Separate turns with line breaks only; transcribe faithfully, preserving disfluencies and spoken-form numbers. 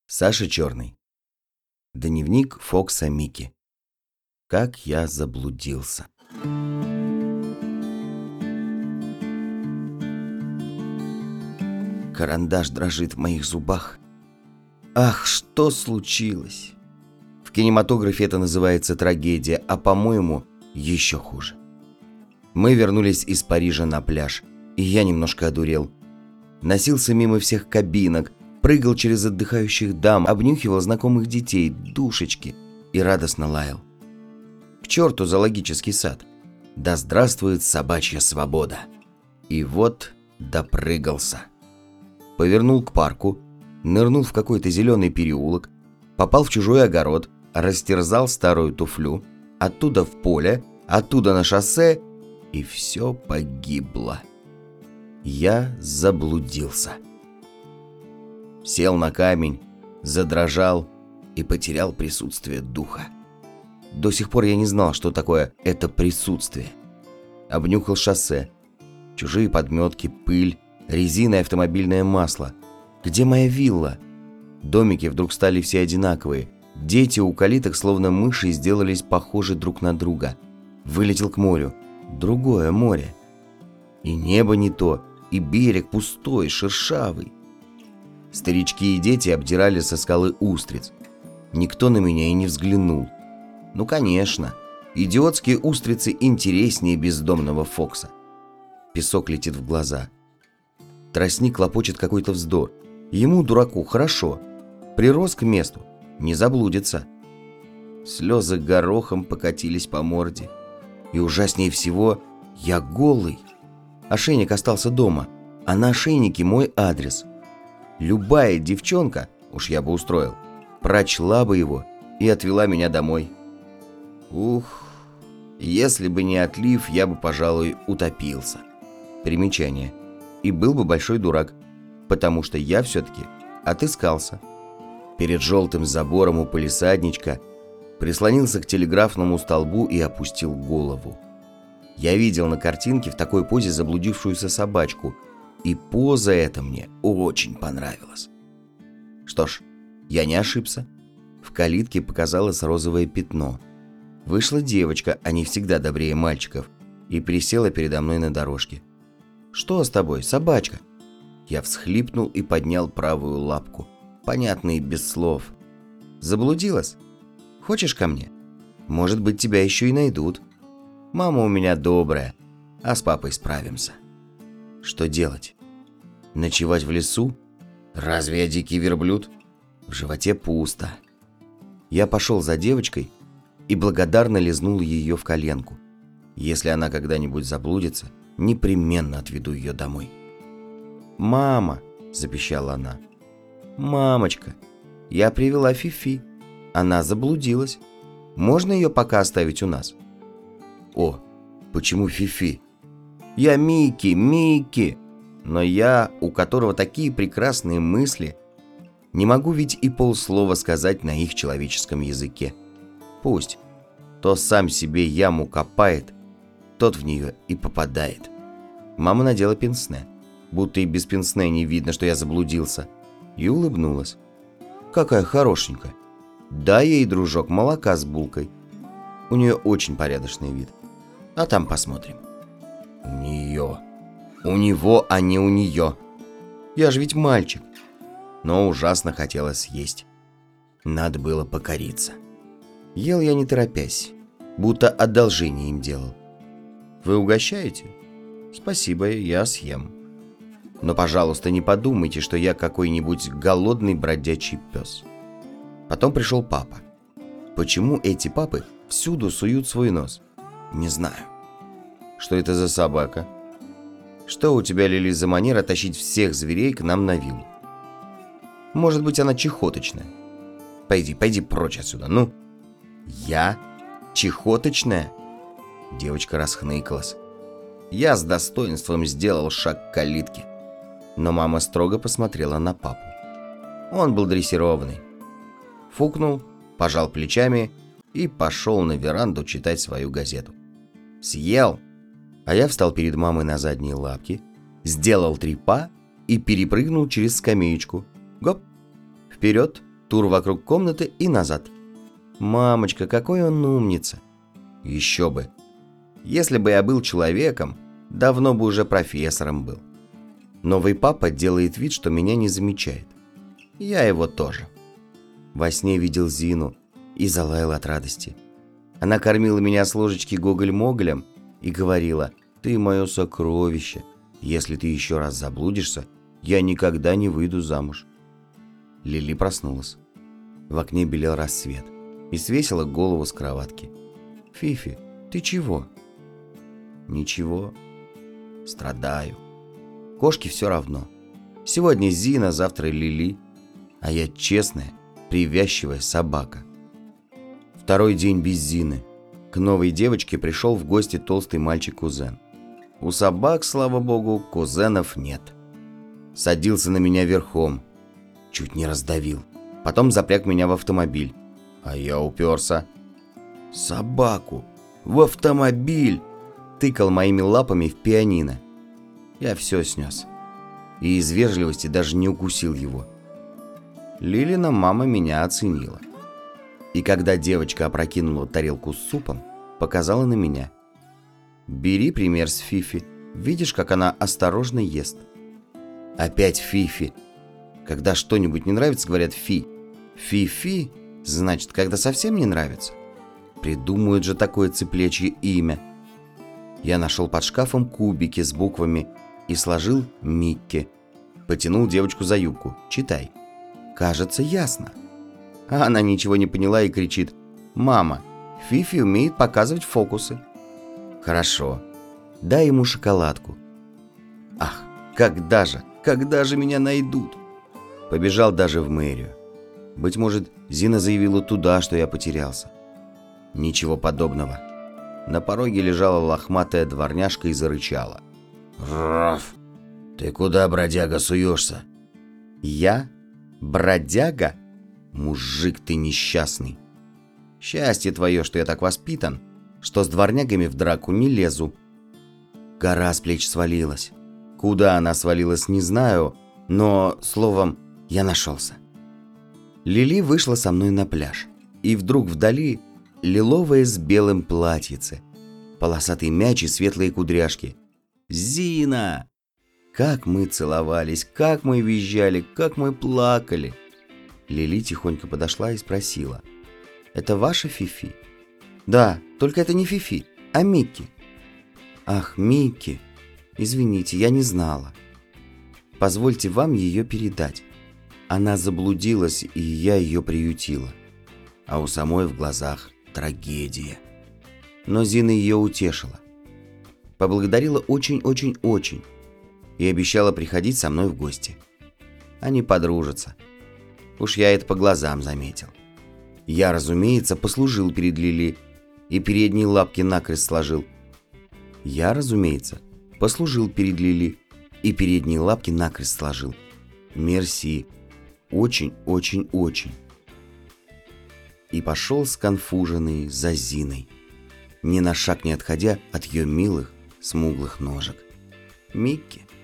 Саша Черный. Дневник Фокса Микки. Как я заблудился. Карандаш дрожит в моих зубах. Ах, что случилось? В кинематографе это называется трагедия, а по-моему, еще хуже. Мы вернулись из Парижа на пляж, и я немножко одурел. Носился мимо всех кабинок, прыгал через отдыхающих дам, обнюхивал знакомых детей, душечки и радостно лаял. К черту зоологический сад. Да здравствует собачья свобода. И вот допрыгался. Повернул к парку, нырнул в какой-то зеленый переулок, попал в чужой огород, растерзал старую туфлю, оттуда в поле, оттуда на шоссе, и все погибло. Я заблудился. Сел на камень, задрожал и потерял присутствие духа. До сих пор я не знал, что такое это присутствие. Обнюхал шоссе. Чужие подметки, пыль, резина и автомобильное масло. Где моя вилла? Домики вдруг стали все одинаковые. Дети у калиток, словно мыши, сделались похожи друг на друга. Вылетел к морю. Другое море. И небо не то, и берег пустой, шершавый. Старички и дети обдирали со скалы устриц. Никто на меня и не взглянул. Ну, конечно, идиотские устрицы интереснее бездомного Фокса. Песок летит в глаза. Тростник лопочет какой-то вздор. Ему, дураку, хорошо. Прирос к месту, не заблудится. Слезы горохом покатились по морде. И ужаснее всего, я голый. Ошейник остался дома, а на ошейнике мой адрес. Любая девчонка, уж я бы устроил, прочла бы его и отвела меня домой. Ух, если бы не отлив, я бы, пожалуй, утопился. Примечание. И был бы большой дурак, потому что я все-таки отыскался. Перед желтым забором у палисадничка прислонился к телеграфному столбу и опустил голову. Я видел на картинке в такой позе заблудившуюся собачку, и поза эта мне очень понравилась. Что ж, я не ошибся. В калитке показалось розовое пятно. Вышла девочка, они всегда добрее мальчиков, и присела передо мной на дорожке. «Что с тобой, собачка?» Я всхлипнул и поднял правую лапку, понятно и без слов. «Заблудилась? Хочешь ко мне? Может быть, тебя еще и найдут. Мама у меня добрая, а с папой справимся». Что делать? Ночевать в лесу? Разве я дикий верблюд? В животе пусто. Я пошел за девочкой и благодарно лизнул ее в коленку. Если она когда-нибудь заблудится, непременно отведу ее домой. «Мама!» – запищала она. «Мамочка, я привела Фифи. Она заблудилась. Можно ее пока оставить у нас?» «О, почему Фифи?» «Я Микки, Микки, но я, у которого такие прекрасные мысли, не могу ведь и полслова сказать на их человеческом языке. Пусть. То сам себе яму копает, тот в нее и попадает». Мама надела пенсне, будто и без пенсне не видно, что я заблудился, и улыбнулась. «Какая хорошенькая. Дай ей, дружок, молока с булкой. У нее очень порядочный вид. А там посмотрим». У нее. У него, а не у нее. Я же ведь мальчик. Но ужасно хотелось есть. Надо было покориться. Ел я не торопясь, будто одолжение им делал. «Вы угощаете?» «Спасибо, я съем. Но, пожалуйста, не подумайте, что я какой-нибудь голодный бродячий пес». Потом пришел папа. Почему эти папы всюду суют свой нос? Не знаю. «Что это за собака? Что у тебя, Лили, за манера тащить всех зверей к нам на виллу? Может быть, она чехоточная? Пойди, пойди прочь отсюда, ну!» «Я? Чехоточная?» Девочка расхныкалась. Я с достоинством сделал шаг к калитке, но мама строго посмотрела на папу. Он был дрессированный. Фукнул, пожал плечами и пошел на веранду читать свою газету. Съел. А я встал перед мамой на задние лапки, сделал три па и перепрыгнул через скамеечку. Гоп! Вперед, Тур вокруг комнаты и назад. Мамочка, какой он умница. Еще бы. Если бы я был человеком, давно бы уже профессором был. Новый папа делает вид, что меня не замечает. Я его тоже. Во сне видел Зину и залаял от радости. Она кормила меня с ложечки гоголь-моголем и говорила: «Ты мое сокровище. Если ты еще раз заблудишься, я никогда не выйду замуж». Лили проснулась. В окне белел рассвет и свесила голову с кроватки. «Фифи, ты чего?» «Ничего. Страдаю. Кошке все равно. Сегодня Зина, завтра Лили, а я честная, привязчивая собака». Второй день без Зины. К новой девочке пришел в гости толстый мальчик-кузен. У собак, слава богу, кузенов нет. Садился на меня верхом. Чуть не раздавил. Потом запряг меня в автомобиль. А я уперся. «Собаку! В автомобиль!» Тыкал моими лапами в пианино. Я все снес. И из вежливости даже не укусил его. Лилина мама меня оценила. И когда девочка опрокинула тарелку с супом, показала на меня. «Бери пример с Фифи. Видишь, как она осторожно ест». Опять Фифи. Когда что-нибудь не нравится, говорят «фи». Фи-фи, значит, когда совсем не нравится. Придумают же такое цыплячье имя. Я нашел под шкафом кубики с буквами и сложил Микки. Потянул девочку за юбку. «Читай». Кажется, ясно. А она ничего не поняла и кричит: «Мама, Фифи умеет показывать фокусы». «Хорошо, дай ему шоколадку». Ах, когда же, когда же меня найдут? Побежал даже в мэрию. Быть может, Зина заявила туда, что я потерялся. Ничего подобного. На пороге лежала лохматая дворняжка и зарычала: «Раф, ты куда, бродяга, суешься?» «Я? Бродяга? Мужик ты несчастный. Счастье твое, что я так воспитан, что с дворнягами в драку не лезу». Гора с плеч свалилась. Куда она свалилась, не знаю, но, словом, я нашелся. Лили вышла со мной на пляж, и вдруг вдали лиловое с белым платьице, полосатый мяч и светлые кудряшки. «Зина!» Как мы целовались, как мы визжали, как мы плакали. Лили тихонько подошла и спросила: «Это ваша Фифи?» «Да, только это не Фифи, а Микки». «Ах, Микки, извините, я не знала. Позвольте вам ее передать. Она заблудилась, и я ее приютила». А у самой в глазах трагедия. Но Зина ее утешила. Поблагодарила очень-очень-очень и обещала приходить со мной в гости. Они подружатся. Уж я это по глазам заметил. Я, разумеется, послужил перед Лили и передние лапки накрест сложил. Я, разумеется, послужил перед Лили и передние лапки накрест сложил. Мерси. Очень-очень-очень. И пошел сконфуженный за Зиной, ни на шаг не отходя от ее милых, смуглых ножек. Микки.